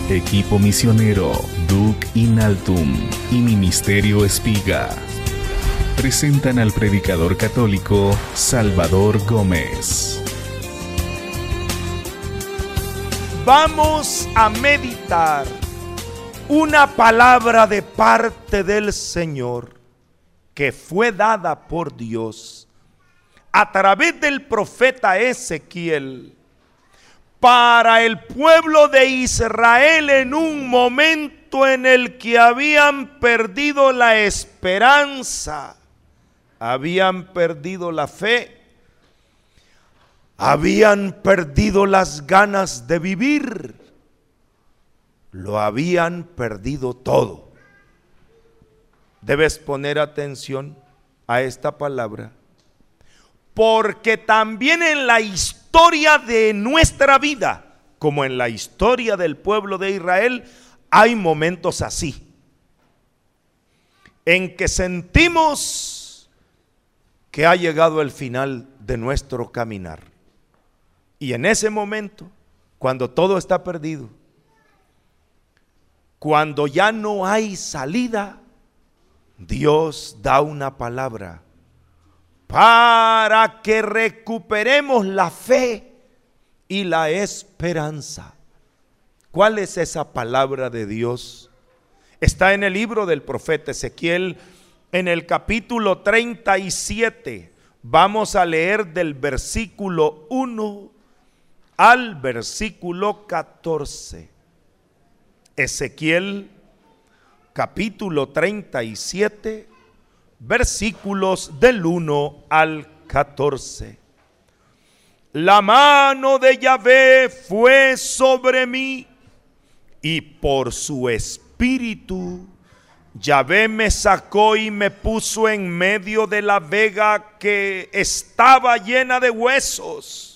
Equipo misionero Duc Inaltum y Ministerio Espiga presentan al predicador católico Salvador Gómez. Vamos a meditar una palabra de parte del Señor que fue dada por Dios a través del profeta Ezequiel para el pueblo de Israel en un momento en el que habían perdido la esperanza, habían perdido la fe, habían perdido las ganas de vivir, lo habían perdido todo. Debes poner atención a esta palabra, porque también en la historia de nuestra vida, como en la historia del pueblo de Israel, hay momentos así, en que sentimos que ha llegado el final de nuestro caminar. Y en ese momento, cuando todo está perdido, cuando ya no hay salida, Dios da una palabra para que recuperemos la fe y la esperanza. ¿Cuál es esa palabra de Dios? Está en el libro del profeta Ezequiel, en el capítulo 37. Vamos a leer del versículo 1 al versículo 14. Ezequiel capítulo 37, versículos del 1 al 14. La mano de Yahvé fue sobre mí, y por su espíritu Yahvé me sacó y me puso en medio de la vega que estaba llena de huesos.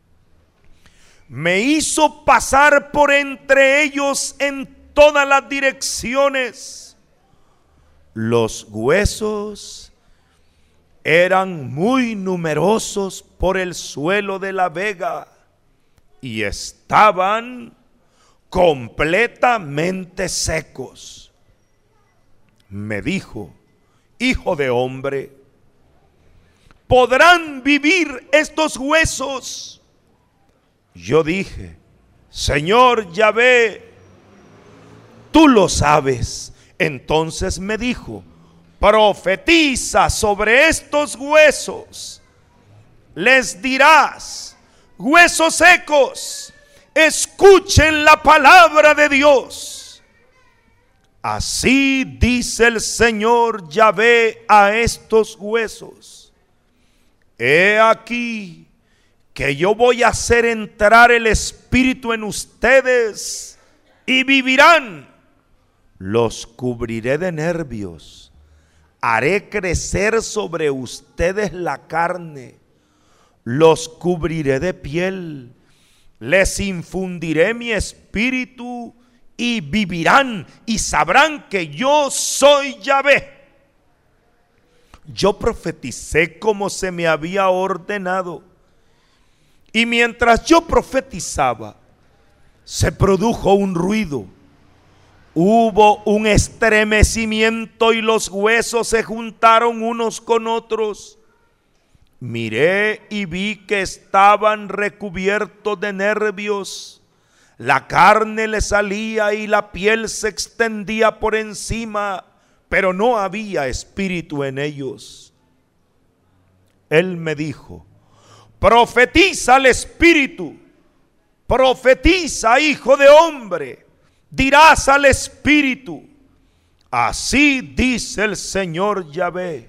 Me hizo pasar por entre ellos en todas las direcciones. Los huesos eran muy numerosos por el suelo de la vega y estaban completamente secos. Me dijo: hijo de hombre, ¿podrán vivir estos huesos? Yo dije: Señor Yahvé, tú lo sabes. Entonces me dijo: profetiza sobre estos huesos. Les dirás: huesos secos, escuchen la palabra de Dios. Así dice el Señor Yahvé a estos huesos: he aquí que yo voy a hacer entrar el Espíritu en ustedes y vivirán. Los cubriré de nervios, haré crecer sobre ustedes la carne, los cubriré de piel, les infundiré mi espíritu y vivirán y sabrán que yo soy Yahvé. Yo profeticé como se me había ordenado, y mientras yo profetizaba, se produjo un ruido. Hubo un estremecimiento y los huesos se juntaron unos con otros. Miré y vi que estaban recubiertos de nervios. La carne les salía y la piel se extendía por encima, pero no había espíritu en ellos. Él me dijo: profetiza al espíritu, profetiza, hijo de hombre. Dirás al espíritu: así dice el Señor Yahvé,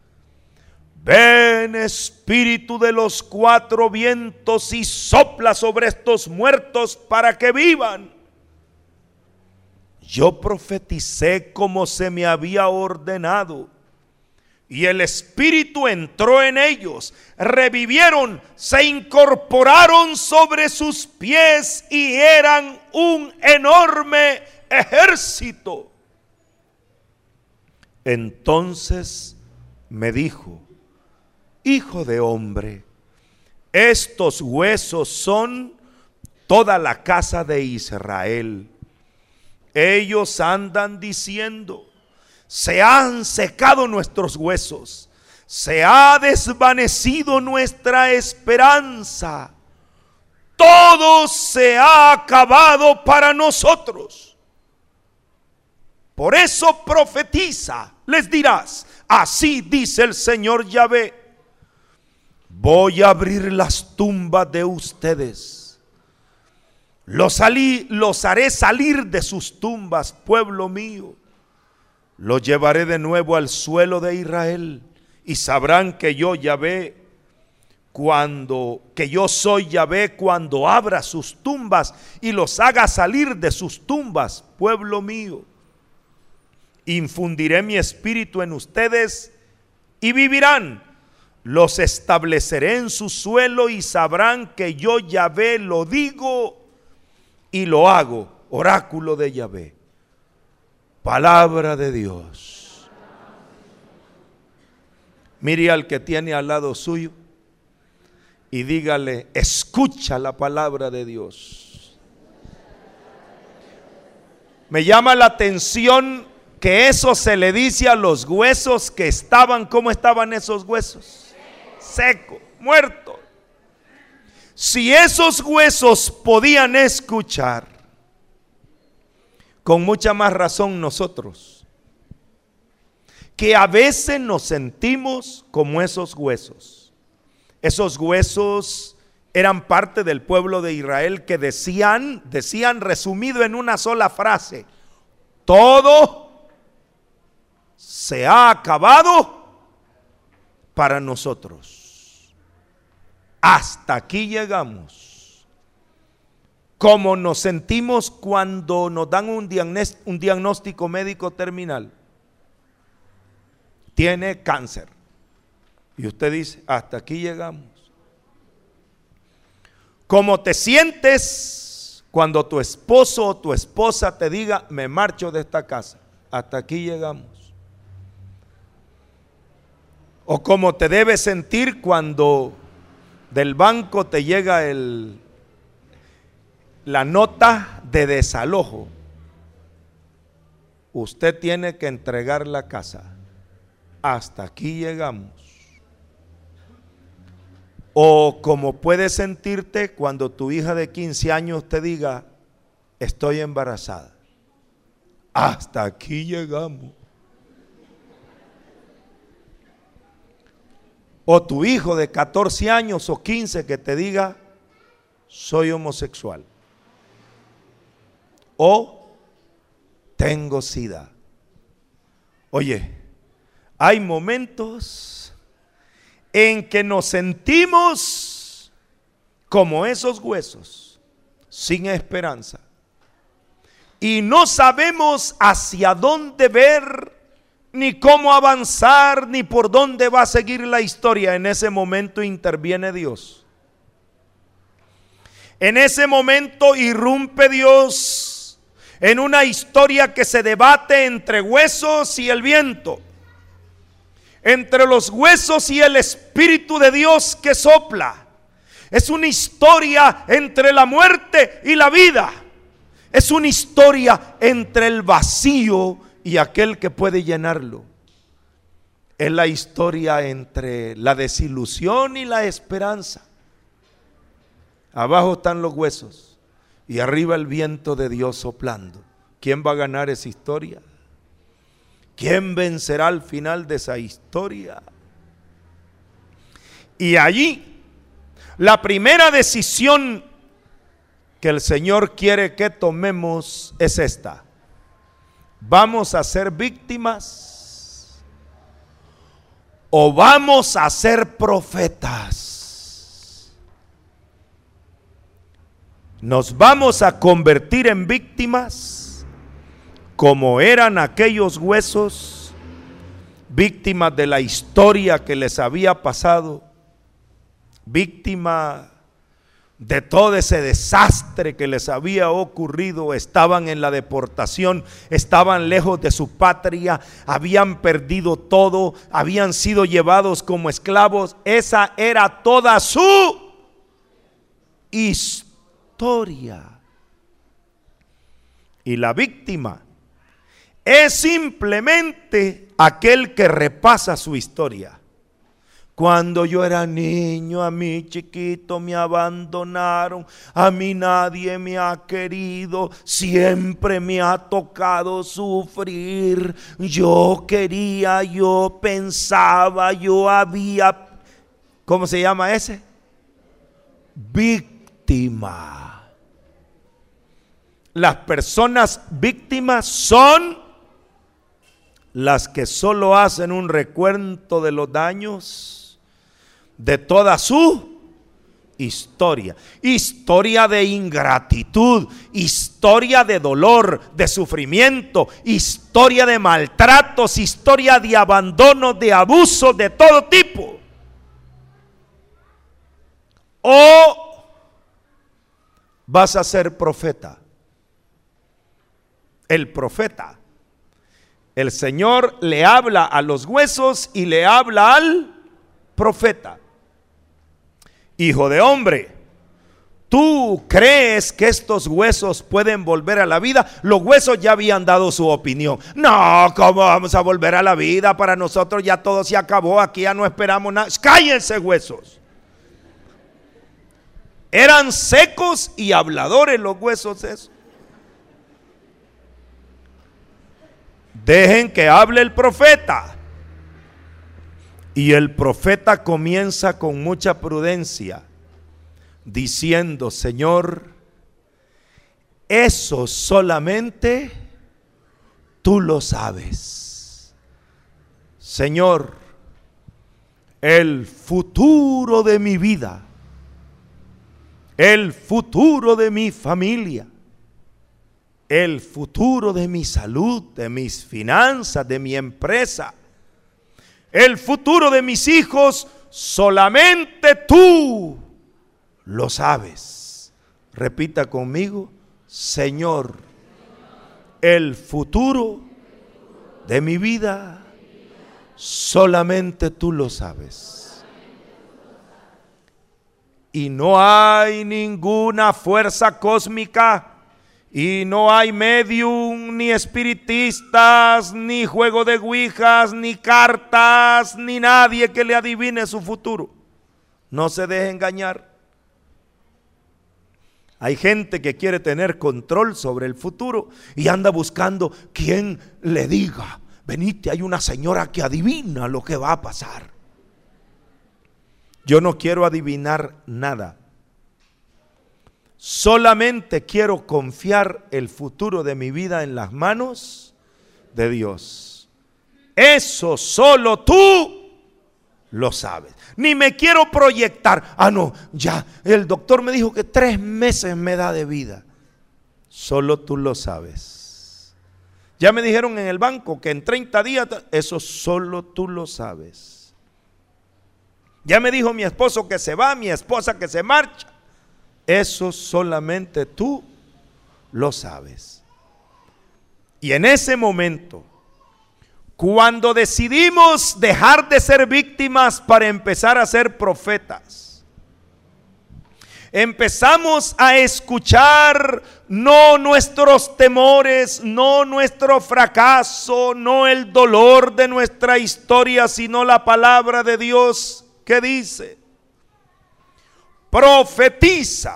ven espíritu de los cuatro vientos y sopla sobre estos muertos para que vivan. Yo profeticé como se me había ordenado, y el espíritu entró en ellos, revivieron, se incorporaron sobre sus pies y eran un enorme ejército. Entonces me dijo: hijo de hombre, estos huesos son toda la casa de Israel. Ellos andan diciendo: se han secado nuestros huesos, se ha desvanecido nuestra esperanza, todo se ha acabado para nosotros. Por eso profetiza, les dirás: así dice el Señor Yahvé, voy a abrir las tumbas de ustedes, los haré salir de sus tumbas, pueblo mío, los llevaré de nuevo al suelo de Israel, y sabrán que yo Yahvé, que yo soy Yahvé, cuando abra sus tumbas y los haga salir de sus tumbas, pueblo mío. Infundiré mi espíritu en ustedes y vivirán. Los estableceré en su suelo y sabrán que yo Yahvé lo digo y lo hago. Oráculo de Yahvé. Palabra de Dios. Mire al que tiene al lado suyo y dígale: escucha la palabra de Dios. Me llama la atención que eso se le dice a los huesos que estaban. ¿Cómo estaban esos huesos? Secos, muertos. Si esos huesos podían escuchar, con mucha más razón nosotros, que a veces nos sentimos como esos huesos. Esos huesos eran parte del pueblo de Israel que decían resumido en una sola frase: todo se ha acabado para nosotros. Hasta aquí llegamos. Como nos sentimos cuando nos dan un diagnóstico médico terminal. Tiene cáncer. Y usted dice: hasta aquí llegamos. ¿Cómo te sientes cuando tu esposo o tu esposa te diga: me marcho de esta casa? Hasta aquí llegamos. O cómo te debes sentir cuando del banco te llega la nota de desalojo. Usted tiene que entregar la casa. Hasta aquí llegamos. O como puedes sentirte cuando tu hija de 15 años te diga: estoy embarazada. Hasta aquí llegamos. O tu hijo de 14 años o 15 que te diga: soy homosexual. O tengo SIDA. Oye, hay momentos en que nos sentimos como esos huesos, sin esperanza. Y no sabemos hacia dónde ver, ni cómo avanzar, ni por dónde va a seguir la historia. En ese momento interviene Dios. En ese momento irrumpe Dios en una historia que se debate entre huesos y el viento, entre los huesos y el Espíritu de Dios que sopla. Es una historia entre la muerte y la vida. Es una historia entre el vacío y aquel que puede llenarlo. Es la historia entre la desilusión y la esperanza. Abajo están los huesos y arriba el viento de Dios soplando. ¿Quién va a ganar esa historia? ¿Quién vencerá al final de esa historia? Y allí, la primera decisión que el Señor quiere que tomemos es esta: ¿vamos a ser víctimas o vamos a ser profetas? ¿Nos vamos a convertir en víctimas como eran aquellos huesos, víctimas de la historia que les había pasado, víctimas de todo ese desastre que les había ocurrido? Estaban en la deportación, estaban lejos de su patria, habían perdido todo, habían sido llevados como esclavos. Esa era toda su historia. Y la víctima es simplemente aquel que repasa su historia. Cuando yo era niño, a mí chiquito me abandonaron, a mí nadie me ha querido, siempre me ha tocado sufrir. Yo quería, yo pensaba, yo había, ¿cómo se llama ese? Víctima. Las personas víctimas son las que solo hacen un recuento de los daños de toda su historia. Historia de ingratitud, historia de dolor, de sufrimiento, historia de maltratos, historia de abandono, de abuso de todo tipo. O vas a ser profeta. El profeta. El Señor le habla a los huesos y le habla al profeta. Hijo de hombre, ¿tú crees que estos huesos pueden volver a la vida? Los huesos ya habían dado su opinión. No, ¿cómo vamos a volver a la vida? Para nosotros ya todo se acabó, aquí ya no esperamos nada. Cállense, huesos. Eran secos y habladores los huesos esos. Dejen que hable el profeta. Y el profeta comienza con mucha prudencia, diciendo: Señor, eso solamente tú lo sabes. Señor, el futuro de mi vida, el futuro de mi familia, el futuro de mi salud, de mis finanzas, de mi empresa, el futuro de mis hijos, solamente tú lo sabes. Repita conmigo: Señor, el futuro de mi vida, solamente tú lo sabes. Y no hay ninguna fuerza cósmica, y no hay medium, ni espiritistas, ni juego de ouijas, ni cartas, ni nadie que le adivine su futuro. No se deje engañar. Hay gente que quiere tener control sobre el futuro y anda buscando quien le diga: venite, hay una señora que adivina lo que va a pasar. Yo no quiero adivinar nada. Solamente quiero confiar el futuro de mi vida en las manos de Dios. Eso solo tú lo sabes. Ni me quiero proyectar. No, ya el doctor me dijo que 3 meses me da de vida. Solo tú lo sabes. Ya me dijeron en el banco que en 30 días, eso solo tú lo sabes. Ya me dijo mi esposo que se va, mi esposa que se marcha. Eso solamente tú lo sabes. Y en ese momento, cuando decidimos dejar de ser víctimas para empezar a ser profetas, empezamos a escuchar no nuestros temores, no nuestro fracaso, no el dolor de nuestra historia, sino la palabra de Dios que dice: profetiza,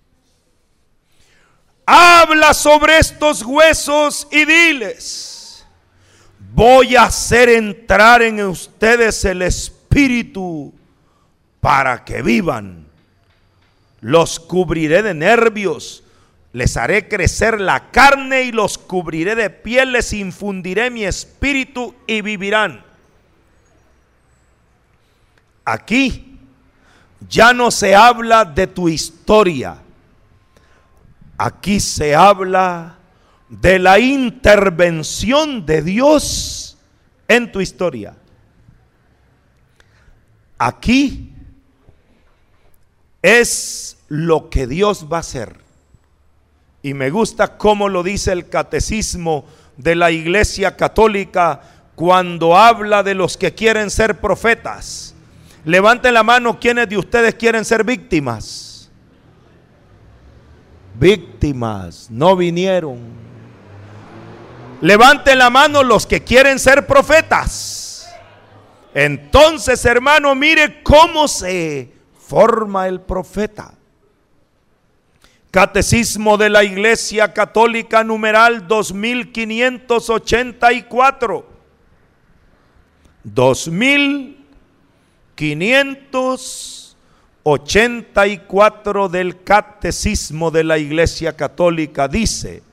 habla sobre estos huesos y diles: voy a hacer entrar en ustedes el espíritu para que vivan. Los cubriré de nervios, les haré crecer la carne y los cubriré de piel, les infundiré mi espíritu y vivirán. Aquí ya no se habla de tu historia. Aquí se habla de la intervención de Dios en tu historia. Aquí es lo que Dios va a hacer. Y me gusta cómo lo dice el catecismo de la Iglesia Católica cuando habla de los que quieren ser profetas. Levanten la mano quienes de ustedes quieren ser víctimas. Víctimas, no vinieron. Levanten la mano los que quieren ser profetas. Entonces, hermano, mire cómo se forma el profeta. Catecismo de la Iglesia Católica, numeral 2584. 2584 del Catecismo de la Iglesia Católica dice: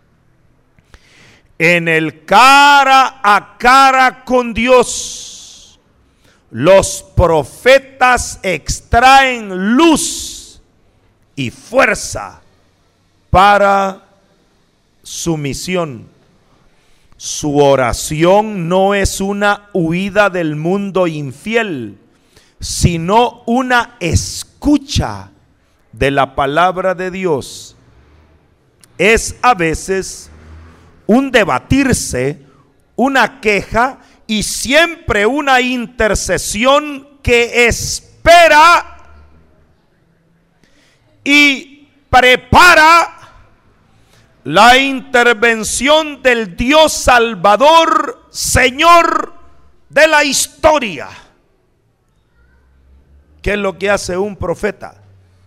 en el cara a cara con Dios, los profetas extraen luz y fuerza para su misión. Su oración no es una huida del mundo infiel, sino una escucha de la palabra de Dios. Es a veces un debatirse, una queja y siempre una intercesión que espera y prepara la intervención del Dios Salvador, Señor de la historia. ¿Qué es lo que hace un profeta?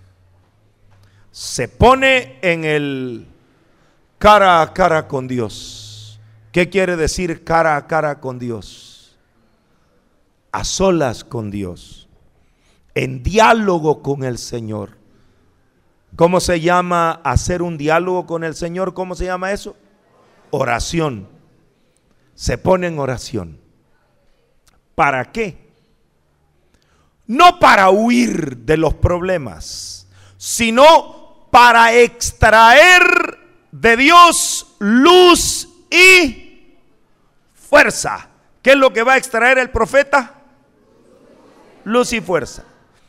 Se pone en el cara a cara con Dios. ¿Qué quiere decir cara a cara con Dios? A solas con Dios, en diálogo con el Señor. ¿Cómo se llama hacer un diálogo con el Señor? ¿Cómo se llama eso? Oración. Se pone en oración. ¿Para qué? No para huir de los problemas, sino para extraer de Dios luz y fuerza. ¿Qué es lo que va a extraer el profeta? Luz y fuerza.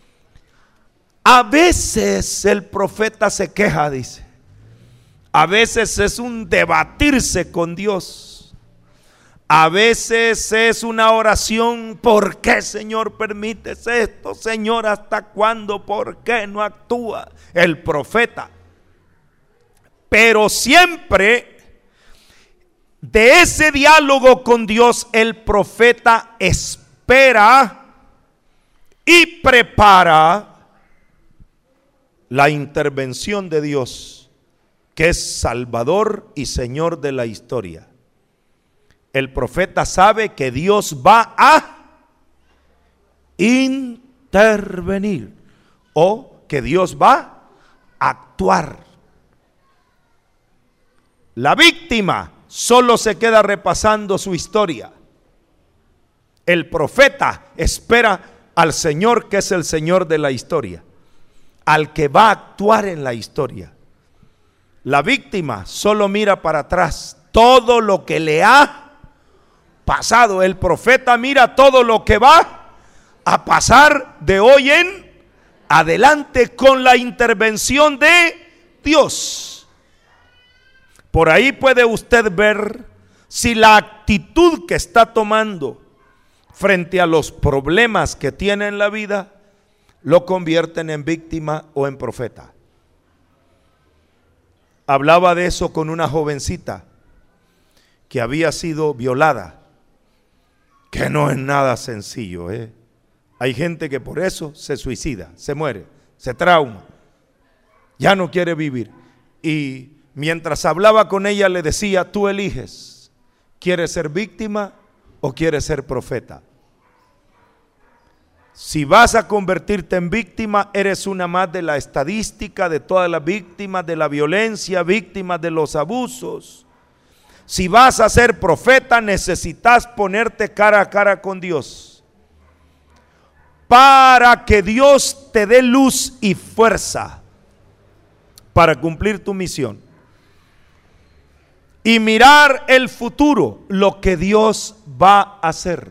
A veces el profeta se queja, dice. A veces es un debatirse con Dios. A veces es una oración: ¿por qué, Señor, permites esto? Señor, ¿hasta cuándo? ¿Por qué no actúa el profeta? Pero siempre de ese diálogo con Dios el profeta espera y prepara la intervención de Dios, que es Salvador y Señor de la historia. El profeta sabe que Dios va a intervenir o que Dios va a actuar. La víctima solo se queda repasando su historia. El profeta espera al Señor, que es el Señor de la historia, al que va a actuar en la historia. La víctima solo mira para atrás todo lo que le ha pasado. El profeta mira todo lo que va a pasar de hoy en adelante con la intervención de Dios. Por ahí puede usted ver si la actitud que está tomando frente a los problemas que tiene en la vida lo convierten en víctima o en profeta. Hablaba de eso con una jovencita que había sido violada, que no es nada sencillo, ¿eh? Hay gente que por eso se suicida, se muere, se trauma, ya no quiere vivir. Y mientras hablaba con ella le decía: tú eliges, ¿quieres ser víctima o quieres ser profeta? Si vas a convertirte en víctima, eres una más de la estadística de todas las víctimas de la violencia, víctimas de los abusos. Si vas a ser profeta, necesitas ponerte cara a cara con Dios, para que Dios te dé luz y fuerza para cumplir tu misión. Y mirar el futuro, lo que Dios va a hacer.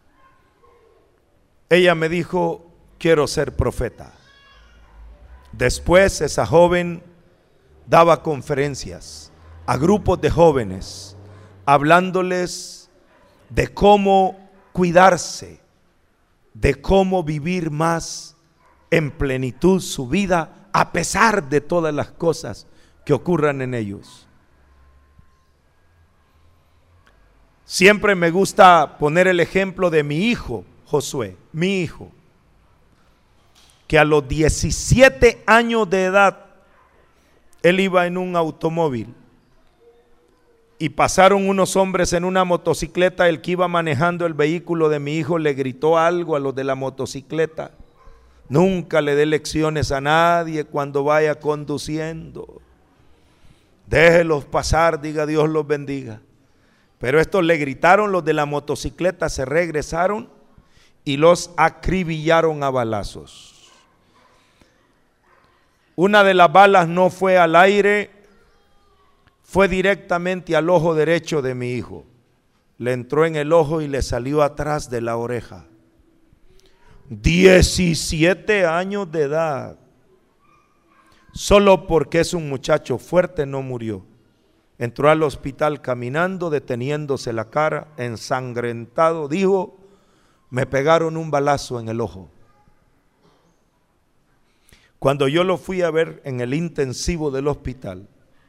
Ella me dijo: quiero ser profeta. Después esa joven daba conferencias a grupos de jóvenes, hablándoles de cómo cuidarse, de cómo vivir más en plenitud su vida a pesar de todas las cosas que ocurran en ellos. Siempre me gusta poner el ejemplo de mi hijo, Josué, mi hijo, que a los 17 años de edad, él iba en un automóvil y pasaron unos hombres en una motocicleta. El que iba manejando el vehículo de mi hijo le gritó algo a los de la motocicleta. Nunca le dé lecciones a nadie cuando vaya conduciendo. Déjelos pasar, diga Dios los bendiga. Pero estos le gritaron, los de la motocicleta se regresaron y los acribillaron a balazos. Una de las balas no fue al aire, fue directamente al ojo derecho de mi hijo. Le entró en el ojo y le salió atrás de la oreja. 17 años de edad. Solo porque es un muchacho fuerte no murió. Entró al hospital caminando, deteniéndose la cara, ensangrentado. Dijo, me pegaron un balazo en el ojo. Cuando yo lo fui a ver en el intensivo del hospital,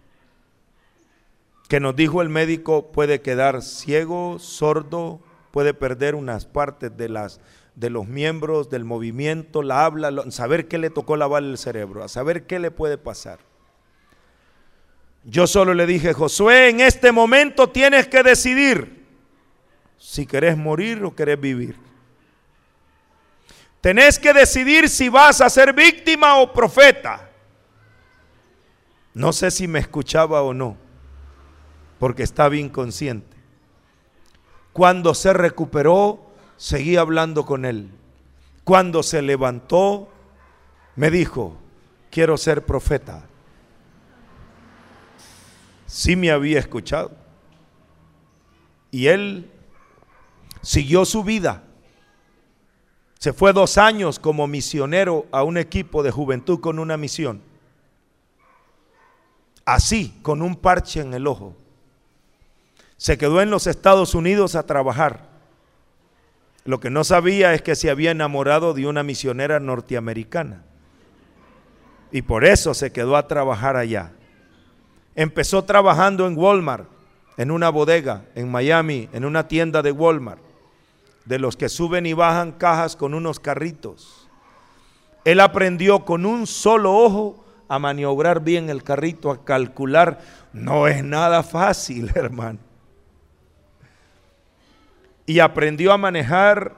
que nos dijo el médico, puede quedar ciego, sordo, puede perder unas partes de los miembros, del movimiento, la habla, saber qué le tocó lavar el cerebro, a saber qué le puede pasar. Yo solo le dije, Josué, en este momento tienes que decidir si querés morir o querés vivir. Tenés que decidir si vas a ser víctima o profeta. No sé si me escuchaba o no, porque estaba inconsciente. Cuando se recuperó, seguí hablando con él. Cuando se levantó, me dijo, quiero ser profeta. Sí me había escuchado. Y él siguió su vida. Se fue 2 años como misionero a un equipo de juventud con una misión. Así, con un parche en el ojo. Se quedó en los Estados Unidos a trabajar. Lo que no sabía es que se había enamorado de una misionera norteamericana. Y por eso se quedó a trabajar allá. Empezó trabajando en Walmart, en una bodega en Miami, en una tienda de Walmart, de los que suben y bajan cajas con unos carritos. Él aprendió con un solo ojo a maniobrar bien el carrito, a calcular. No es nada fácil, hermano. Y aprendió a manejar.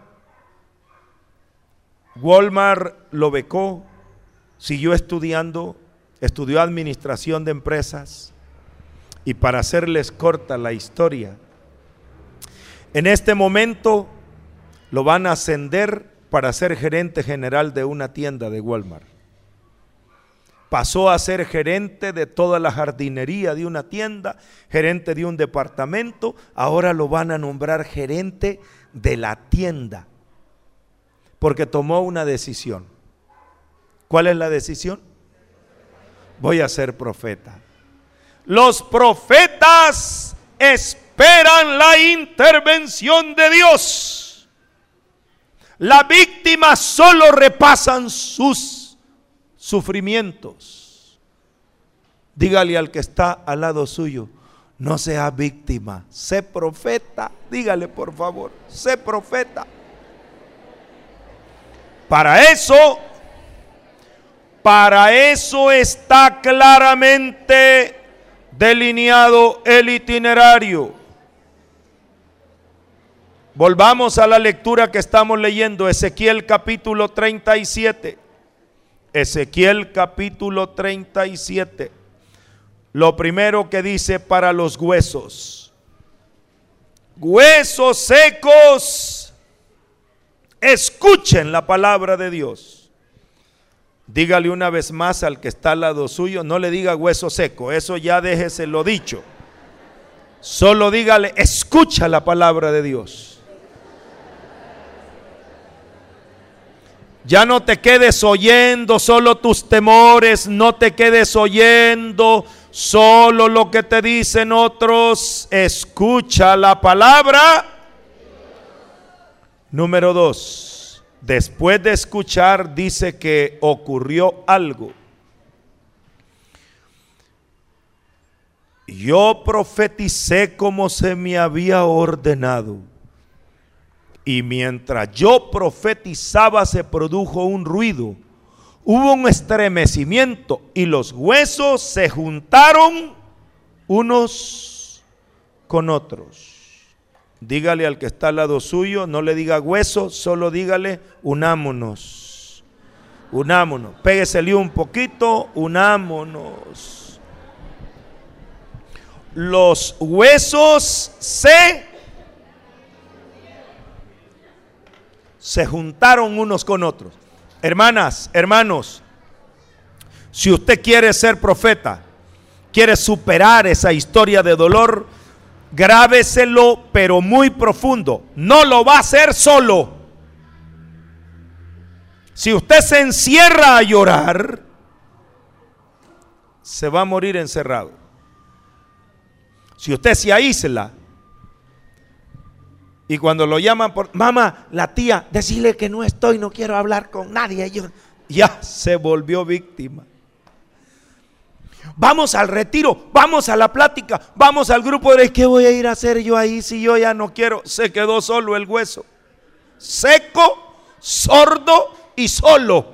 Walmart lo becó, siguió estudiando, estudió administración de empresas. Y para hacerles corta la historia, en este momento lo van a ascender para ser gerente general de una tienda de Walmart. Pasó a ser gerente de toda la jardinería de una tienda, gerente de un departamento. Ahora lo van a nombrar gerente de la tienda, porque tomó una decisión. ¿Cuál es la decisión? Voy a ser profeta. Los profetas esperan la intervención de Dios. Las víctimas solo repasan sus sufrimientos. Dígale al que está al lado suyo, no sea víctima, sé profeta. Dígale por favor, sé profeta. Para eso está claramente delineado el itinerario. Volvamos a la lectura que estamos leyendo, Ezequiel capítulo 37. Ezequiel capítulo 37. Lo primero que dice para los huesos. Huesos secos, escuchen la palabra de Dios. Dígale una vez más al que está al lado suyo, no le diga hueso seco, eso ya déjese lo dicho. Solo dígale, escucha la palabra de Dios. Ya no te quedes oyendo solo tus temores, no te quedes oyendo solo lo que te dicen otros. Escucha la palabra. Número 2, después de escuchar dice que ocurrió algo. yo profeticé como se me había ordenado. Y mientras yo profetizaba se produjo un ruido, hubo un estremecimiento y los huesos se juntaron unos con otros. Dígale al que está al lado suyo, no le diga huesos, solo dígale unámonos. Unámonos, péguesele un poquito, unámonos. Los huesos se juntaron unos con otros. Hermanas, hermanos, si usted quiere ser profeta, quiere superar esa historia de dolor, grábeselo, pero muy profundo. No lo va a hacer solo. Si usted se encierra a llorar, se va a morir encerrado. Si usted se aísla y cuando lo llaman por mamá, la tía, decirle que no estoy, no quiero hablar con nadie, ya se volvió víctima. Vamos al retiro, vamos a la plática, vamos al grupo de ¿qué voy a ir a hacer yo ahí si yo ya no quiero? Se quedó solo el hueso, seco, sordo y solo.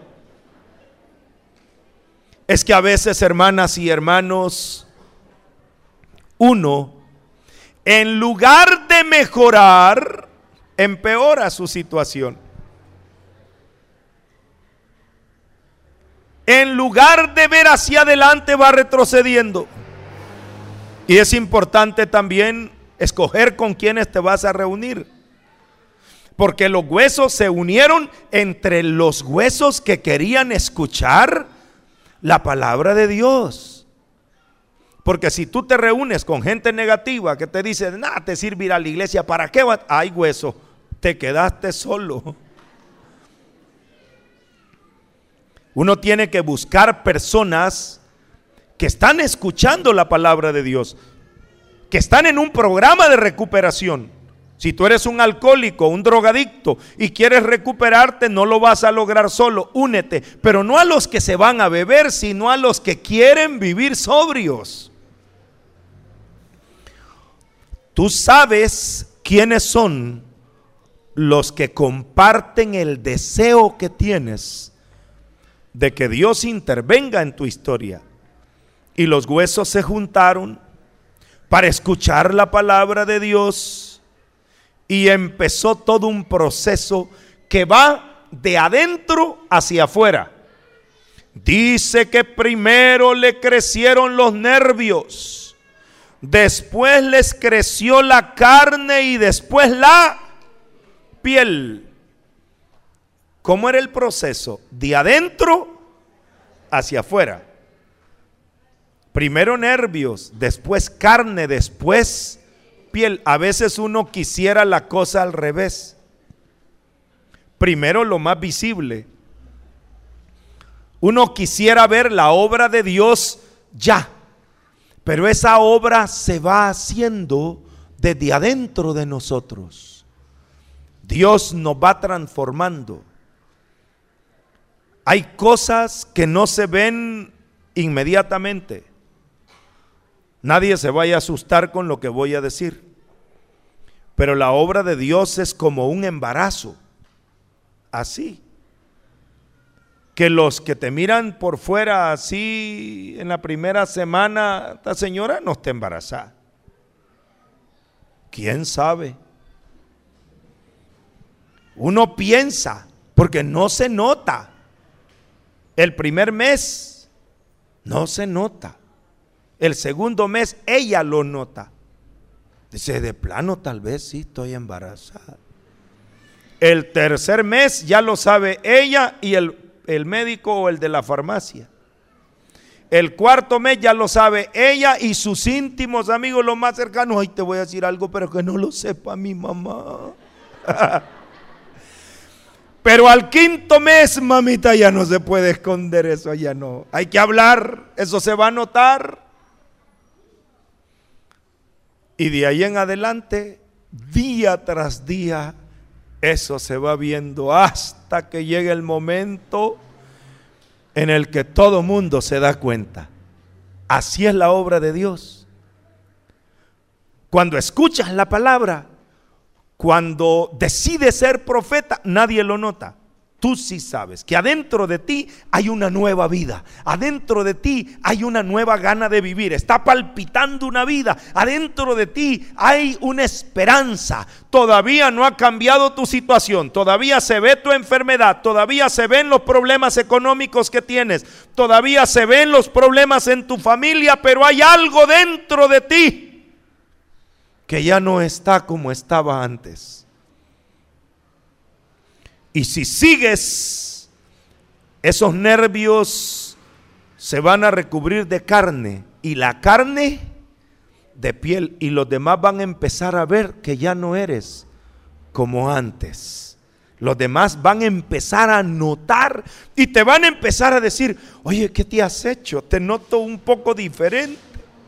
Es que a veces, hermanas y hermanos, uno, en lugar de mejorar, empeora su situación. En lugar de ver hacia adelante, va retrocediendo. Y es importante también escoger con quienes te vas a reunir, porque los huesos se unieron entre los huesos que querían escuchar la palabra de Dios. Porque si tú te reúnes con gente negativa que te dice, nada, te sirve ir a la iglesia, ¿para qué vas? Ay, hueso, te quedaste solo. Uno tiene que buscar personas que están escuchando la palabra de Dios, que están en un programa de recuperación. Si tú eres un alcohólico, un drogadicto y quieres recuperarte, no lo vas a lograr solo, únete, pero no a los que se van a beber, sino a los que quieren vivir sobrios. Tú sabes quiénes son los que comparten el deseo que tienes de que Dios intervenga en tu historia. Y los huesos se juntaron para escuchar la palabra de Dios y empezó todo un proceso que va de adentro hacia afuera. Dice que primero le crecieron los nervios, después les creció la carne y después la piel. ¿Cómo era el proceso? De adentro hacia afuera. Primero nervios, después carne, después piel. A veces uno quisiera la cosa al revés. Primero lo más visible. Uno quisiera ver la obra de Dios ya, pero esa obra se va haciendo desde adentro de nosotros. Dios nos va transformando. Hay cosas que no se ven inmediatamente. Nadie se vaya a asustar con lo que voy a decir, pero la obra de Dios es como un embarazo, así, que los que te miran por fuera así en la primera semana, esta señora no está embarazada. ¿Quién sabe? Uno piensa, porque no se nota. El primer mes no se nota. El segundo mes ella lo nota. Dice, de plano tal vez sí estoy embarazada. El tercer mes ya lo sabe ella y el médico o el de la farmacia. El cuarto mes ya lo sabe ella y sus íntimos amigos, los más cercanos. Ay, te voy a decir algo, pero que no lo sepa mi mamá. Pero al quinto mes, mamita, ya no se puede esconder eso, ya no. Hay que hablar, eso se va a notar. Y de ahí en adelante, día tras día, eso se va viendo hasta que llegue el momento en el que todo mundo se da cuenta. Así es la obra de Dios. Cuando escuchas la palabra, cuando decides ser profeta, nadie lo nota. Tú sí sabes que adentro de ti hay una nueva vida, adentro de ti hay una nueva gana de vivir, está palpitando una vida, adentro de ti hay una esperanza. Todavía no ha cambiado tu situación, todavía se ve tu enfermedad, todavía se ven los problemas económicos que tienes, todavía se ven los problemas en tu familia, pero hay algo dentro de ti que ya no está como estaba antes. Y si sigues, esos nervios se van a recubrir de carne y la carne de piel, y los demás van a empezar a ver que ya no eres como antes. Los demás van a empezar a notar y te van a empezar a decir: oye, ¿qué te has hecho? Te noto un poco diferente.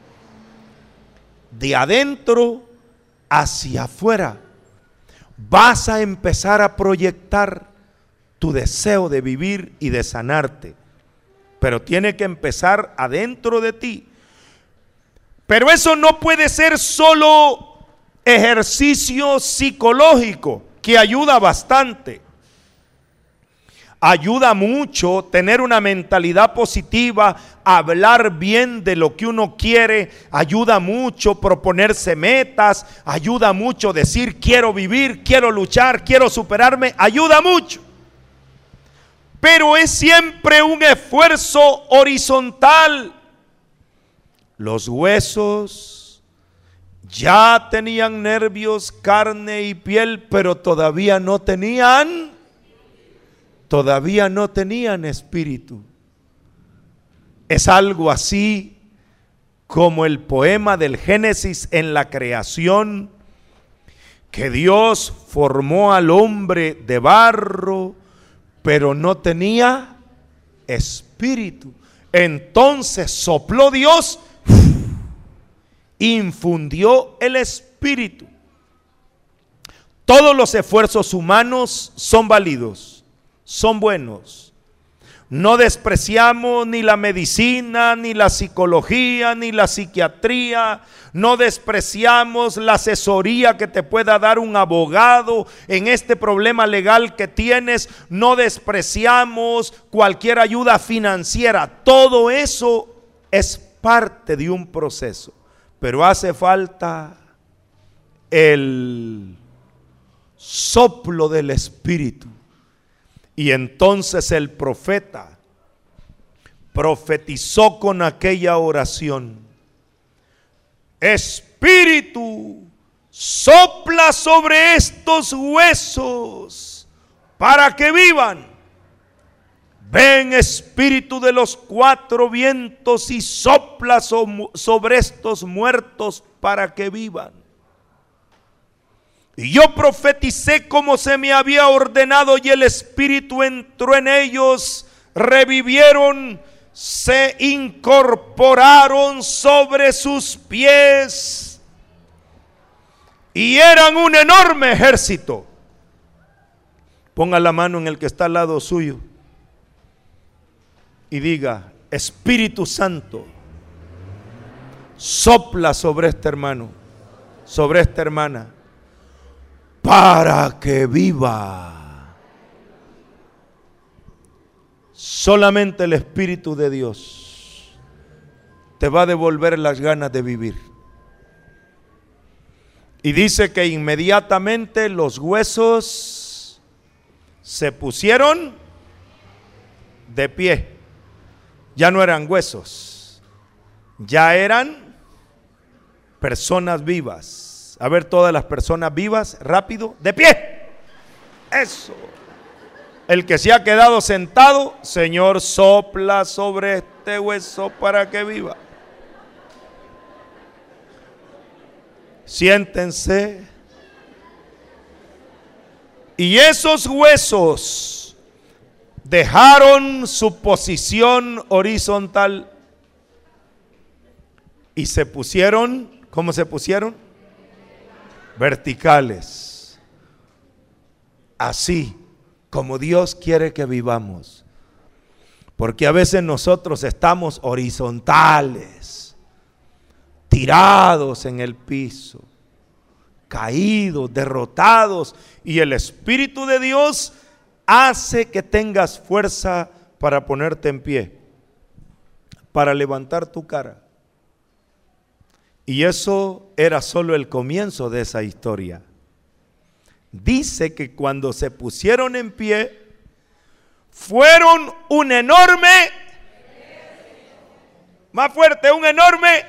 De adentro hacia afuera vas a empezar a proyectar tu deseo de vivir y de sanarte, pero tiene que empezar adentro de ti. Pero eso no puede ser solo ejercicio psicológico, que ayuda bastante. Ayuda mucho tener una mentalidad positiva, hablar bien de lo que uno quiere, ayuda mucho proponerse metas, ayuda mucho decir quiero vivir, quiero luchar, quiero superarme, ayuda mucho. Pero es siempre un esfuerzo horizontal. Los huesos ya tenían nervios, carne y piel, pero todavía no tenían espíritu. Es algo así como el poema del Génesis en la creación, que Dios formó al hombre de barro, pero no tenía espíritu. Entonces sopló Dios, infundió el espíritu. Todos los esfuerzos humanos son válidos, son buenos. No despreciamos ni la medicina, ni la psicología, ni la psiquiatría. No despreciamos la asesoría que te pueda dar un abogado en este problema legal que tienes. No despreciamos cualquier ayuda financiera. Todo eso es parte de un proceso, pero hace falta el soplo del Espíritu. Y entonces el profeta profetizó con aquella oración: Espíritu, sopla sobre estos huesos para que vivan. Ven, Espíritu de los cuatro vientos, y sopla sobre estos muertos para que vivan. Y yo profeticé como se me había ordenado, y el Espíritu entró en ellos, revivieron, se incorporaron sobre sus pies, y eran un enorme ejército. Ponga la mano en el que está al lado suyo y diga: Espíritu Santo, sopla sobre este hermano, sobre esta hermana, para que viva. Solamente el Espíritu de Dios te va a devolver las ganas de vivir. Y dice que inmediatamente los huesos se pusieron de pie. Ya no eran huesos, ya eran personas vivas. A ver, todas las personas vivas, rápido, de pie. Eso. El que se ha quedado sentado, Señor, sopla sobre este hueso para que viva. Siéntense. Y esos huesos dejaron su posición horizontal y se pusieron, ¿cómo se pusieron? Verticales. Así como Dios quiere que vivamos. Porque a veces nosotros estamos horizontales, tirados en el piso. caídos, derrotados, y el Espíritu de Dios hace que tengas fuerza para ponerte en pie, para levantar tu cara. Y eso era solo el comienzo de esa historia. Dice que cuando se pusieron en pie, fueron un enorme, más fuerte, un enorme.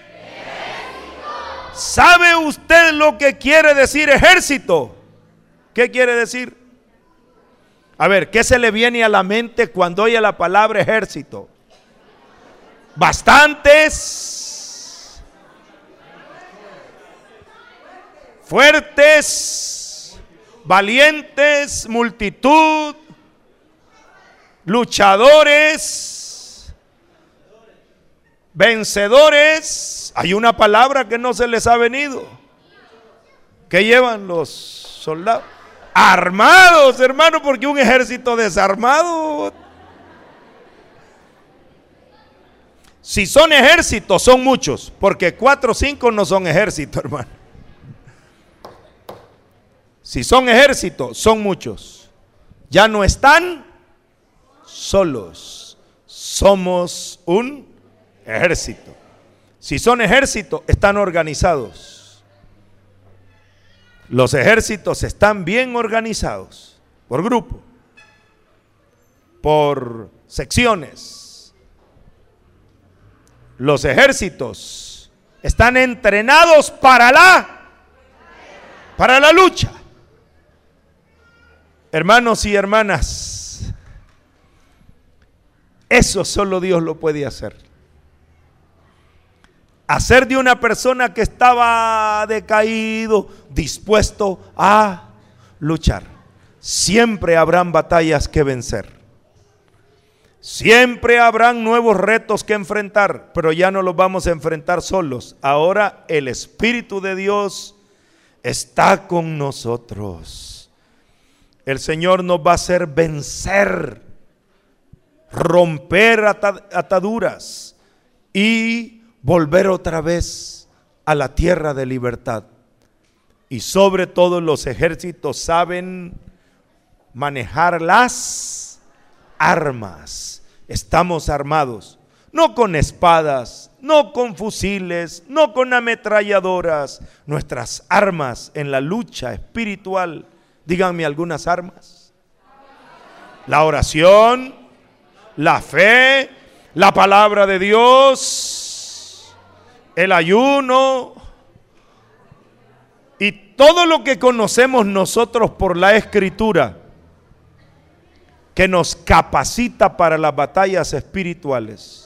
¿Sabe usted lo que quiere decir ejército? ¿Qué quiere decir? A ver, ¿qué se le viene a la mente cuando oye la palabra ejército? Bastantes, fuertes, valientes, multitud, luchadores, vencedores. Hay una palabra que no se les ha venido. ¿Qué llevan los soldados? Armados, hermano, porque un ejército desarmado. Si son ejércitos, son muchos, porque 4 o 5 no son ejércitos, hermano. Si son ejércitos, son muchos. Ya no están solos. Somos un ejército. Si son ejércitos, están organizados. Los ejércitos están bien organizados, por grupo, por secciones. Los ejércitos están entrenados para la lucha. Hermanos y hermanas, eso solo Dios lo puede hacer. Hacer de una persona que estaba decaído, dispuesto a luchar. Siempre habrán batallas que vencer. Siempre habrán nuevos retos que enfrentar, pero ya no los vamos a enfrentar solos. Ahora el Espíritu de Dios está con nosotros. El Señor nos va a hacer vencer, romper ataduras y volver otra vez a la tierra de libertad. Y sobre todo los ejércitos saben manejar las armas. Estamos armados, no con espadas, no con fusiles, no con ametralladoras. Nuestras armas en la lucha espiritual, díganme algunas armas: la oración, la fe, la palabra de Dios, el ayuno y todo lo que conocemos nosotros por la Escritura, que nos capacita para las batallas espirituales.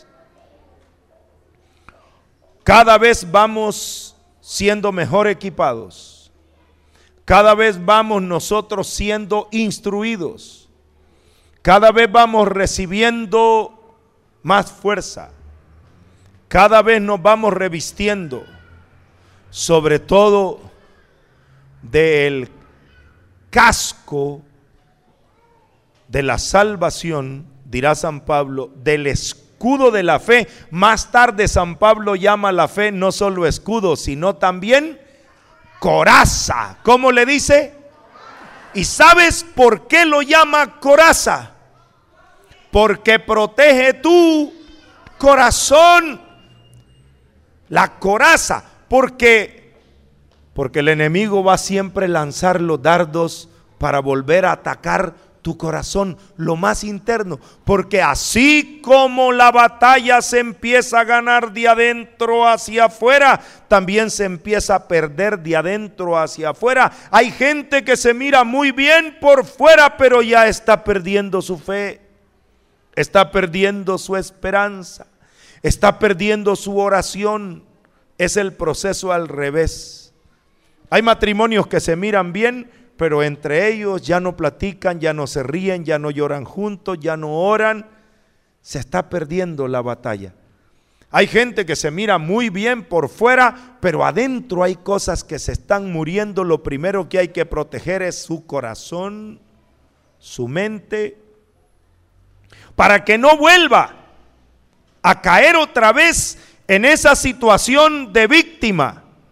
Cada vez vamos siendo mejor equipados. Cada vez vamos nosotros siendo instruidos. Cada vez vamos recibiendo más fuerza. Cada vez nos vamos revistiendo, sobre todo del casco de la salvación, dirá San Pablo, del escudo de la fe. Más tarde San Pablo llama a la fe no solo escudo, sino también coraza. ¿Cómo le dice? ¿Y sabes por qué lo llama coraza? Porque protege tu corazón. La coraza, porque el enemigo va siempre a lanzar los dardos para volver a atacar tu corazón, lo más interno. Porque así como la batalla se empieza a ganar de adentro hacia afuera, también se empieza a perder de adentro hacia afuera. Hay gente que se mira muy bien por fuera, pero ya está perdiendo su fe, está perdiendo su esperanza, está perdiendo su oración. Es el proceso al revés. Hay matrimonios que se miran bien, pero entre ellos ya no platican, ya no se ríen, ya no lloran juntos, ya no oran. Se está perdiendo la batalla. Hay gente que se mira muy bien por fuera, pero adentro hay cosas que se están muriendo. Lo primero que hay que proteger es su corazón, su mente, para que no vuelva a caer otra vez en esa situación de víctima.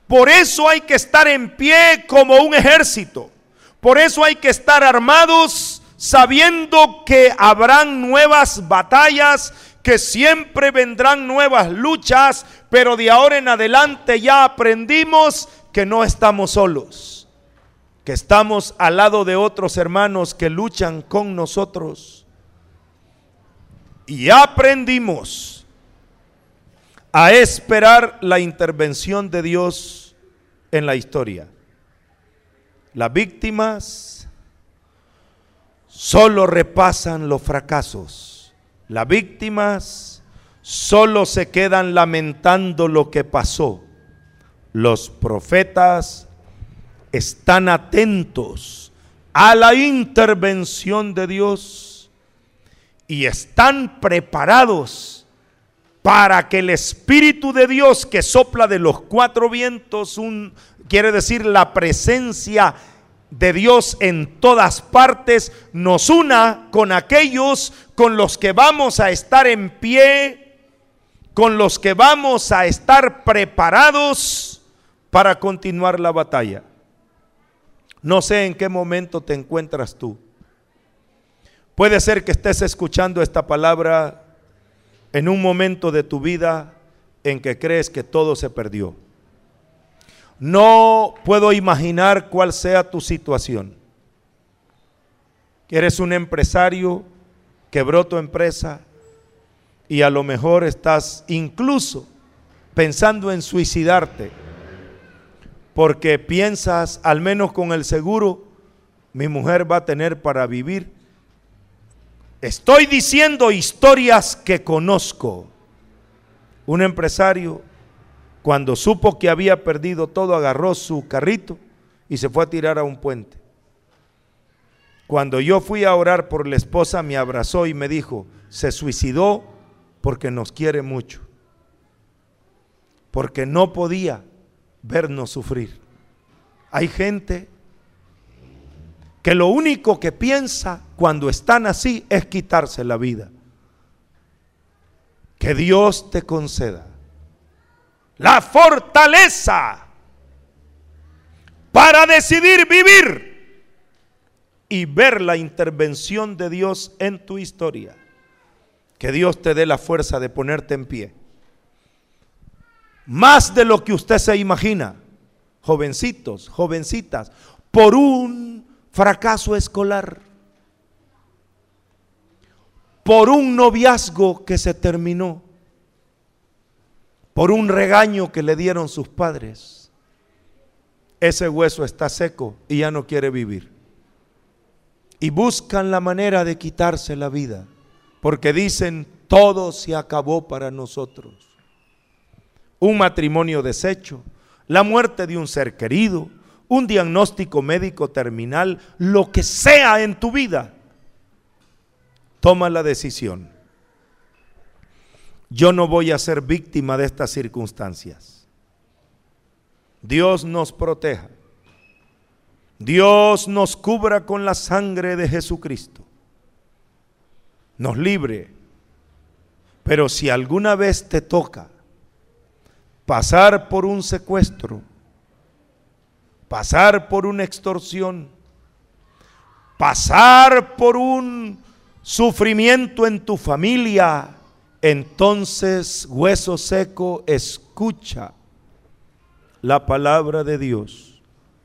Por eso hay que estar en pie como un ejército. Por eso hay que estar armados, sabiendo que habrán nuevas batallas, que siempre vendrán nuevas luchas, pero de ahora en adelante ya aprendimos que no estamos solos, que estamos al lado de otros hermanos que luchan con nosotros. Y aprendimos a esperar la intervención de Dios en la historia. Las víctimas solo repasan los fracasos. Las víctimas solo se quedan lamentando lo que pasó. Los profetas están atentos a la intervención de Dios y están preparados para que el Espíritu de Dios que sopla de los cuatro vientos, quiere decir la presencia de Dios en todas partes, nos una con aquellos con los que vamos a estar en pie, con los que vamos a estar preparados para continuar la batalla. No sé en qué momento te encuentras tú. Puede ser que estés escuchando esta palabra en un momento de tu vida en que crees que todo se perdió. No puedo imaginar cuál sea tu situación. Que eres un empresario, quebró tu empresa y a lo mejor estás incluso pensando en suicidarte porque piensas, al menos con el seguro, mi mujer va a tener para vivir. Estoy diciendo historias que conozco. Un empresario, cuando supo que había perdido todo, agarró su carrito y se fue a tirar a un puente. Cuando yo fui a orar por la esposa, me abrazó y me dijo, se suicidó porque nos quiere mucho, porque no podía vernos sufrir. Hay gente que lo único que piensa cuando están así es quitarse la vida. Que Dios te conceda la fortaleza para decidir vivir y ver la intervención de Dios en tu historia. Que Dios te dé la fuerza de ponerte en pie. Más de lo que usted se imagina, jovencitos, jovencitas, por un fracaso escolar, por un noviazgo que se terminó, por un regaño que le dieron sus padres, ese hueso está seco y ya no quiere vivir. Y buscan la manera de quitarse la vida, porque dicen, todo se acabó para nosotros. Un matrimonio deshecho, la muerte de un ser querido, un diagnóstico médico terminal, lo que sea en tu vida, toma la decisión. Yo no voy a ser víctima de estas circunstancias. Dios nos proteja. Dios nos cubra con la sangre de Jesucristo. Nos libre. Pero si alguna vez te toca pasar por un secuestro, pasar por una extorsión, pasar por un sufrimiento en tu familia, entonces, hueso seco, escucha la palabra de Dios.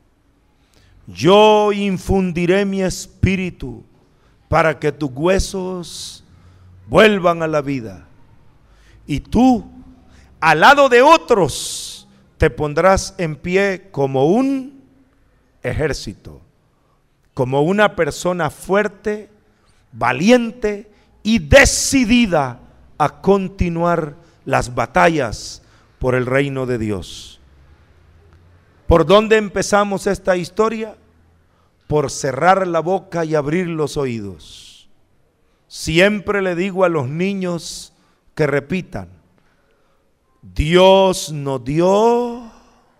Yo infundiré mi espíritu para que tus huesos vuelvan a la vida. Y tú, al lado de otros, te pondrás en pie como un ejército, como una persona fuerte, valiente y decidida a continuar las batallas por el reino de Dios. ¿Por dónde empezamos esta historia? Por cerrar la boca y abrir los oídos. Siempre le digo a los niños que repitan, Dios nos dio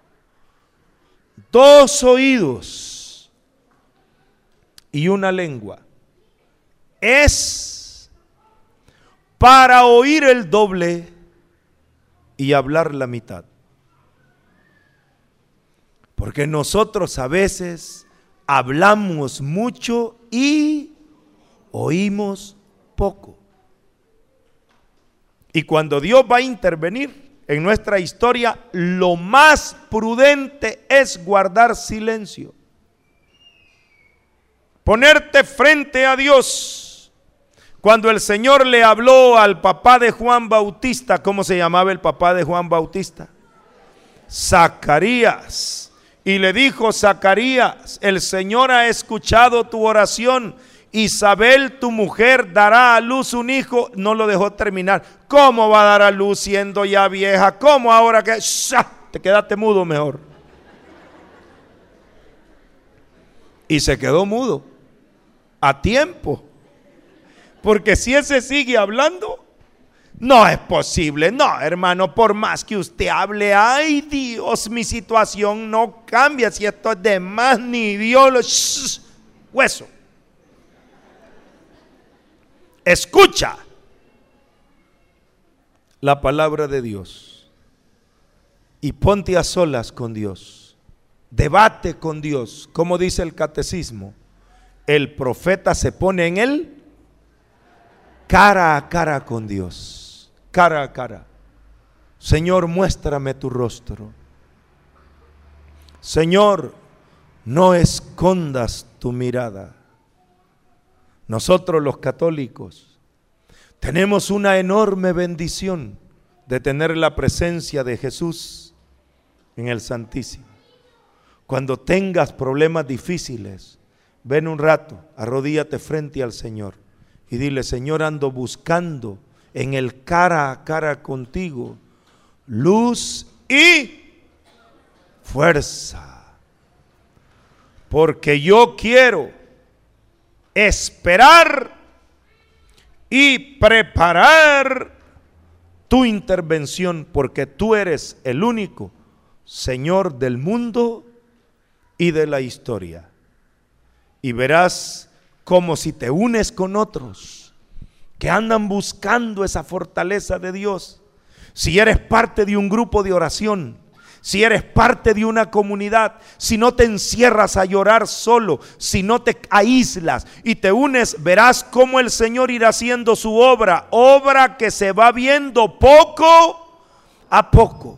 2 oídos y una lengua. Es para oír el doble y hablar la mitad. Porque nosotros a veces hablamos mucho y oímos poco. Y cuando Dios va a intervenir en nuestra historia, lo más prudente es guardar silencio. Ponerte frente a Dios. Cuando el Señor le habló al papá de Juan Bautista, ¿cómo se llamaba el papá de Juan Bautista? Zacarías. Y le dijo: Zacarías, el Señor ha escuchado tu oración. Isabel, tu mujer, dará a luz un hijo. No lo dejó terminar. ¿Cómo va a dar a luz siendo ya vieja? ¿Cómo ahora que? Te quedaste mudo mejor. Y se quedó mudo a tiempo. Porque si ese sigue hablando, no es posible. No, hermano, por más que usted hable, ay Dios, mi situación no cambia. Si esto es de más, ni Dios, hueso. Escucha la palabra de Dios y ponte a solas con Dios. Debate con Dios. Como dice el catecismo, el profeta se pone en él cara a cara con Dios. Cara a cara. Señor, muéstrame tu rostro. Señor, no escondas tu mirada. Nosotros los católicos tenemos una enorme bendición de tener la presencia de Jesús en el Santísimo. Cuando tengas problemas difíciles, ven un rato, arrodíllate frente al Señor y dile: Señor, ando buscando en el cara a cara contigo luz y fuerza, porque yo quiero esperar y preparar tu intervención, porque tú eres el único Señor del mundo y de la historia. Y verás como si te unes con otros que andan buscando esa fortaleza de Dios, si eres parte de un grupo de oración, si eres parte de una comunidad, si no te encierras a llorar solo, si no te aíslas y te unes, verás cómo el Señor irá haciendo su obra, obra que se va viendo poco a poco.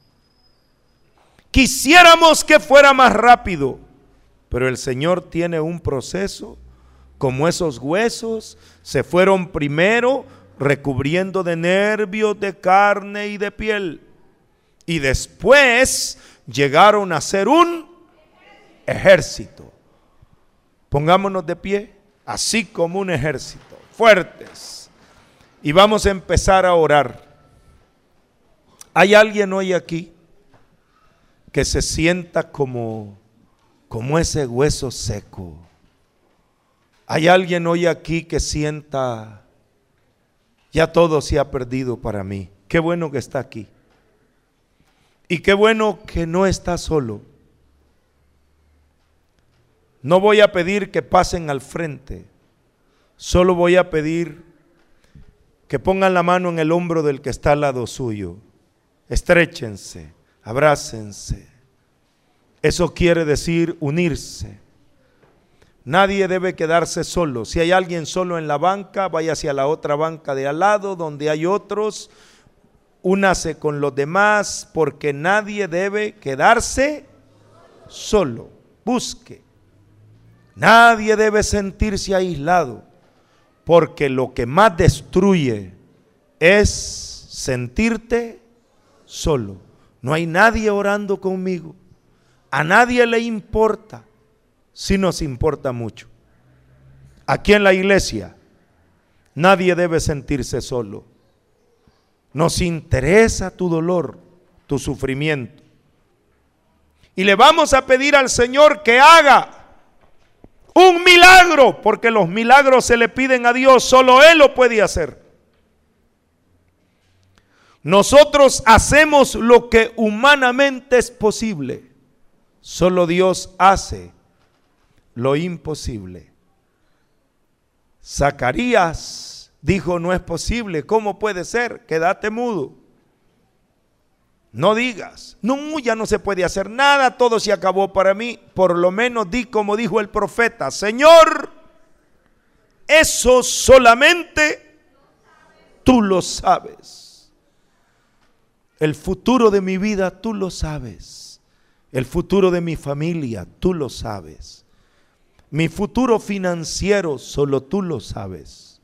Quisiéramos que fuera más rápido, pero el Señor tiene un proceso. Como esos huesos se fueron primero recubriendo de nervios, de carne y de piel, y después llegaron a ser un ejército. Pongámonos de pie, así como un ejército, fuertes, y vamos a empezar a orar. ¿Hay alguien hoy aquí que se sienta como ese hueso seco? ¿Hay alguien hoy aquí que sienta: ya todo se ha perdido para mí? Qué bueno que está aquí. Y qué bueno que no está solo. No voy a pedir que pasen al frente. Solo voy a pedir que pongan la mano en el hombro del que está al lado suyo. Estréchense, abrácense. Eso quiere decir unirse. Nadie debe quedarse solo. Si hay alguien solo en la banca, vaya hacia la otra banca de al lado donde hay otros. Únase con los demás, porque nadie debe quedarse solo. Busque. Nadie debe sentirse aislado, porque lo que más destruye es sentirte solo. No hay nadie orando conmigo. A nadie le importa. Sí nos importa mucho. Aquí en la iglesia nadie debe sentirse solo. Nos interesa tu dolor, tu sufrimiento. Y le vamos a pedir al Señor que haga un milagro, porque los milagros se le piden a Dios, solo Él lo puede hacer. Nosotros hacemos lo que humanamente es posible, solo Dios hace lo imposible. Zacarías dijo: no es posible, ¿cómo puede ser? Quédate mudo. No digas, no, ya no se puede hacer nada, todo se acabó para mí. Por lo menos di como dijo el profeta: Señor, eso solamente tú lo sabes. El futuro de mi vida tú lo sabes. El futuro de mi familia tú lo sabes. Mi futuro financiero solo tú lo sabes.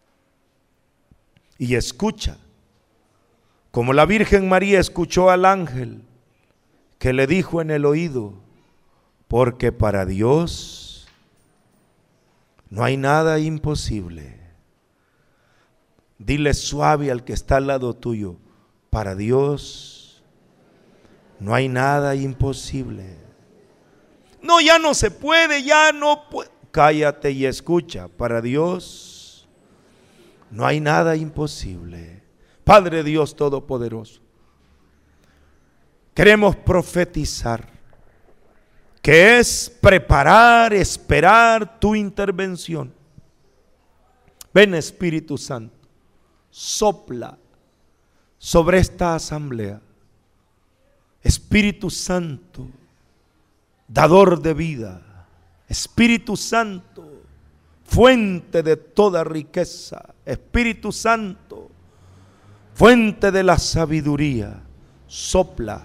Y escucha, como la Virgen María escuchó al ángel que le dijo en el oído: porque para Dios no hay nada imposible. Dile suave al que está al lado tuyo: para Dios no hay nada imposible. No, ya no se puede, ya no puede. Cállate y escucha: para Dios no hay nada imposible. Padre Dios Todopoderoso, queremos profetizar que es preparar, esperar tu intervención. Ven, Espíritu Santo, sopla sobre esta asamblea. Espíritu Santo, dador de vida. Espíritu Santo, fuente de toda riqueza. Espíritu Santo, fuente de la sabiduría, sopla,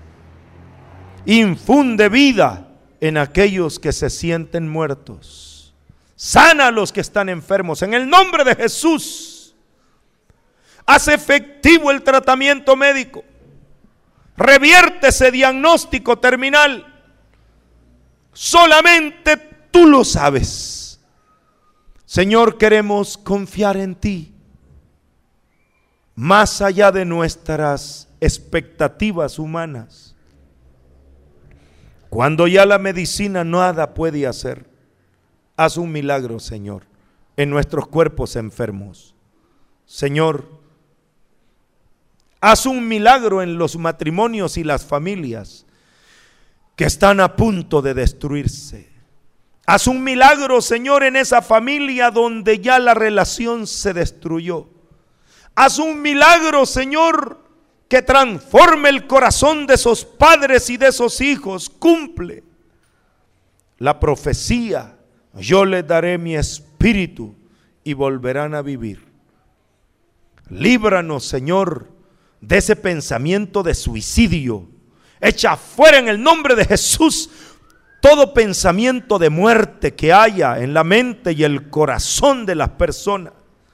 infunde vida en aquellos que se sienten muertos. Sana a los que están enfermos en el nombre de Jesús. Haz efectivo el tratamiento médico. Revierte ese diagnóstico terminal. Solamente tú lo sabes. Señor, queremos confiar en ti, más allá de nuestras expectativas humanas. Cuando ya la medicina nada puede hacer, haz un milagro, Señor, en nuestros cuerpos enfermos. Señor, haz un milagro en los matrimonios y las familias que están a punto de destruirse. Haz un milagro, Señor, en esa familia donde ya la relación se destruyó. Haz un milagro, Señor, que transforme el corazón de esos padres y de esos hijos. Cumple la profecía: yo les daré mi espíritu y volverán a vivir. Líbranos, Señor, de ese pensamiento de suicidio. Echa fuera en el nombre de Jesús todo pensamiento de muerte que haya en la mente y el corazón de las personas.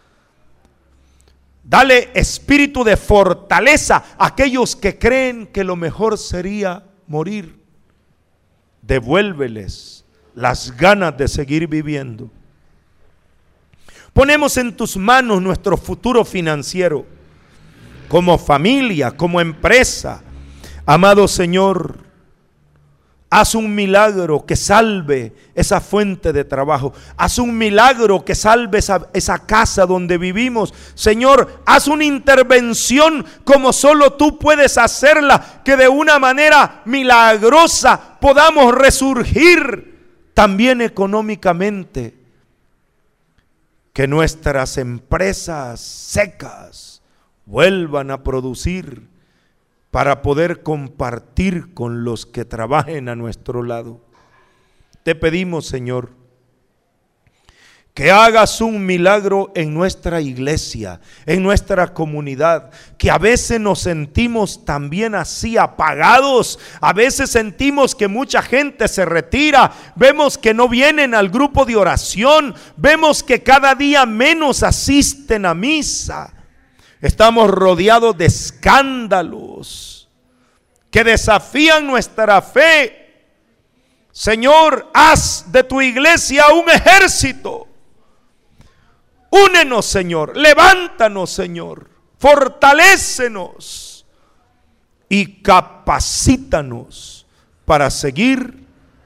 Dale espíritu de fortaleza a aquellos que creen que lo mejor sería morir. Devuélveles las ganas de seguir viviendo. Ponemos en tus manos nuestro futuro financiero, como familia, como empresa. Amado Señor, haz un milagro que salve esa fuente de trabajo. Haz un milagro que salve esa casa donde vivimos. Señor, haz una intervención como solo tú puedes hacerla, que de una manera milagrosa podamos resurgir también económicamente. Que nuestras empresas secas vuelvan a producir para poder compartir con los que trabajen a nuestro lado. Te pedimos, Señor, que hagas un milagro en nuestra iglesia, en nuestra comunidad, que a veces nos sentimos también así apagados, a veces sentimos que mucha gente se retira, vemos que no vienen al grupo de oración, vemos que cada día menos asisten a misa. Estamos rodeados de escándalos que desafían nuestra fe. Señor, haz de tu iglesia un ejército. Únenos, Señor, levántanos, Señor, fortalécenos y capacítanos para seguir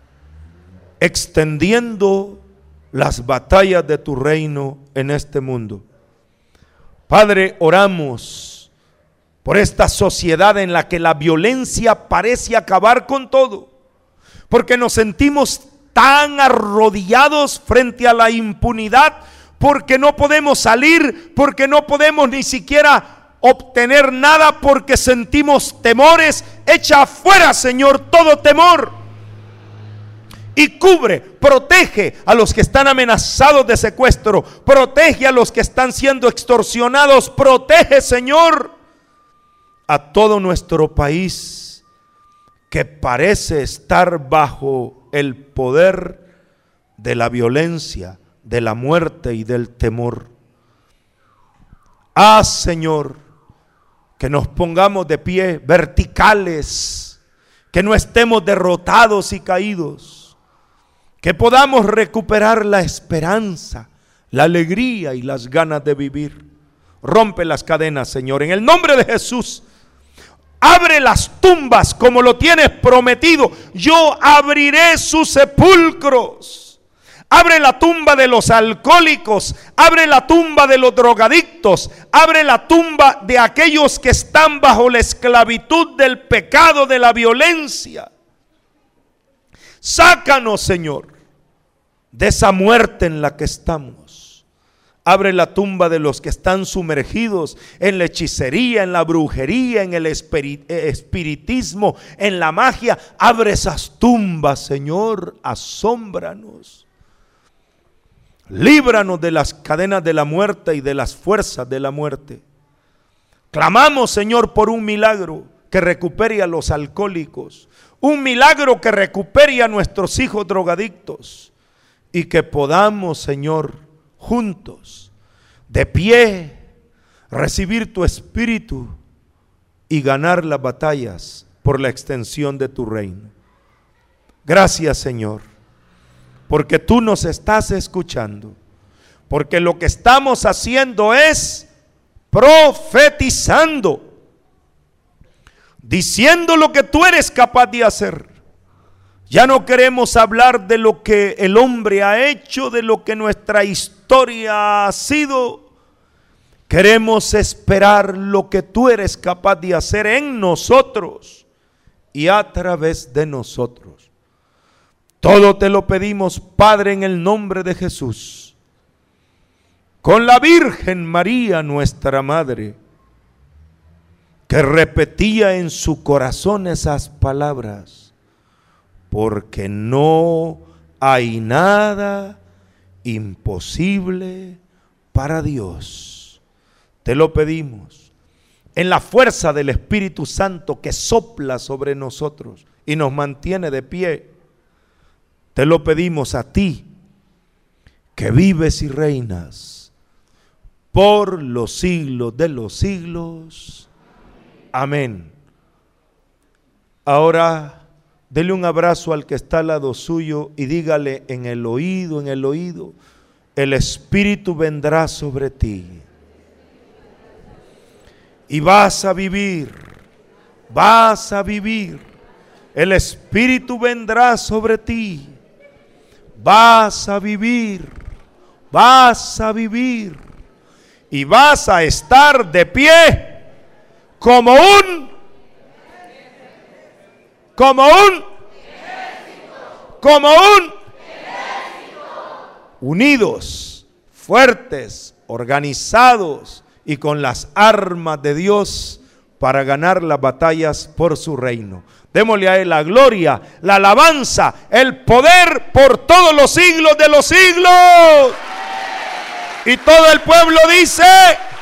extendiendo las batallas de tu reino en este mundo. Padre, oramos por esta sociedad en la que la violencia parece acabar con todo, porque nos sentimos tan arrodillados frente a la impunidad, porque no podemos salir, porque no podemos ni siquiera obtener nada porque sentimos temores. Echa afuera, Señor, todo temor. Y cubre, protege a los que están amenazados de secuestro. Protege a los que están siendo extorsionados. Protege, Señor, a todo nuestro país que parece estar bajo el poder de la violencia, de la muerte y del temor. Haz, Señor, que nos pongamos de pie, verticales, que no estemos derrotados y caídos, que podamos recuperar la esperanza, la alegría y las ganas de vivir. Rompe las cadenas, Señor, en el nombre de Jesús. Abre las tumbas como lo tienes prometido. Yo abriré sus sepulcros. Abre la tumba de los alcohólicos, abre la tumba de los drogadictos, abre la tumba de aquellos que están bajo la esclavitud del pecado, de la violencia. Sácanos, Señor, de esa muerte en la que estamos. Abre la tumba de los que están sumergidos en la hechicería, en la brujería, en el espiritismo, en la magia. Abre esas tumbas, Señor, asómbranos. Líbranos de las cadenas de la muerte y de las fuerzas de la muerte. Clamamos, Señor, por un milagro que recupere a los alcohólicos, un milagro que recupere a nuestros hijos drogadictos, y que podamos, Señor, juntos, de pie, recibir tu espíritu y ganar las batallas por la extensión de tu reino. Gracias, Señor, porque tú nos estás escuchando, porque lo que estamos haciendo es profetizando, diciendo lo que tú eres capaz de hacer. Ya no queremos hablar de lo que el hombre ha hecho, de lo que nuestra historia ha sido. Queremos esperar lo que tú eres capaz de hacer en nosotros y a través de nosotros. Todo te lo pedimos, Padre, en el nombre de Jesús. Con la Virgen María, nuestra Madre, que repetía en su corazón esas palabras: porque no hay nada imposible para Dios. Te lo pedimos en la fuerza del Espíritu Santo que sopla sobre nosotros y nos mantiene de pie. Te lo pedimos a ti, que vives y reinas por los siglos de los siglos. Amén. Ahora dele un abrazo al que está al lado suyo y dígale en el oído, el Espíritu vendrá sobre ti. Y vas a vivir. El Espíritu vendrá sobre ti. Vas a vivir. Y vas a estar de pie como un unidos, fuertes, organizados y con las armas de Dios para ganar las batallas por su reino. Démosle a Él la gloria, la alabanza, el poder por todos los siglos de los siglos. Y todo el pueblo dice: